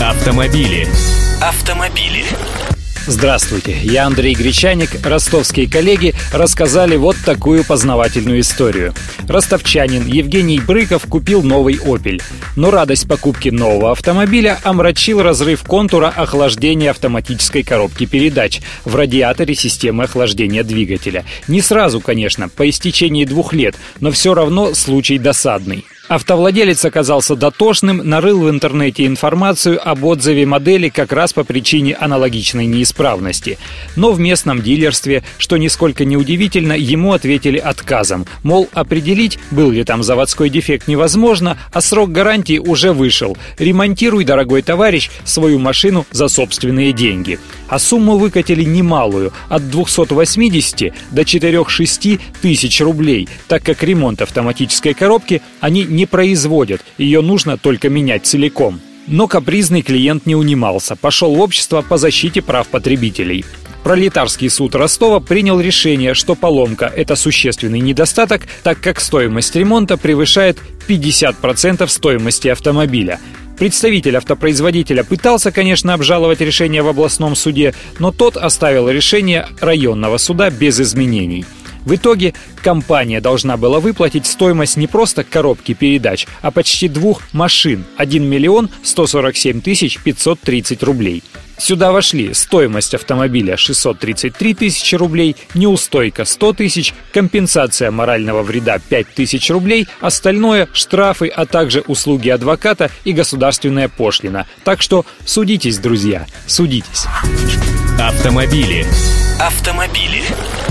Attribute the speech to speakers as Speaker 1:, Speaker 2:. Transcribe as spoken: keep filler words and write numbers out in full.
Speaker 1: Автомобили. Автомобили.
Speaker 2: Здравствуйте, я Андрей Гречаник. Ростовские коллеги рассказали вот такую познавательную историю. Ростовчанин Евгений Брыков купил новый «Опель». Но радость покупки нового автомобиля омрачил разрыв контура охлаждения автоматической коробки передач в радиаторе системы охлаждения двигателя. Не сразу, конечно, по истечении двух лет, но все равно случай досадный. Автовладелец оказался дотошным, нарыл в интернете информацию об отзыве модели как раз по причине аналогичной неисправности. Но в местном дилерстве, что нисколько не удивительно, ему ответили отказом. Мол, определить, был ли там заводской дефект, невозможно, а срок гарантии уже вышел. Ремонтируй, дорогой товарищ, свою машину за собственные деньги. А сумму выкатили немалую – от двухсот восьмидесяти до четырёх-шести тысяч рублей, так как ремонт автоматической коробки они не производят, ее нужно только менять целиком. Но капризный клиент не унимался, пошел в общество по защите прав потребителей. Пролетарский суд Ростова принял решение, что поломка – это существенный недостаток, так как стоимость ремонта превышает пятьдесят процентов стоимости автомобиля. Представитель автопроизводителя пытался, конечно, обжаловать решение в областном суде, но тот оставил решение районного суда без изменений. В итоге компания должна была выплатить стоимость не просто коробки передач, а почти двух машин – один миллион сто сорок семь тысяч пятьсот тридцать рублей. Сюда вошли стоимость автомобиля шестьсот тридцать три тысячи рублей, неустойка сто тысяч, компенсация морального вреда пять тысяч рублей, остальное – штрафы, а также услуги адвоката и государственная пошлина. Так что судитесь, друзья, судитесь.
Speaker 1: Автомобили. Автомобили.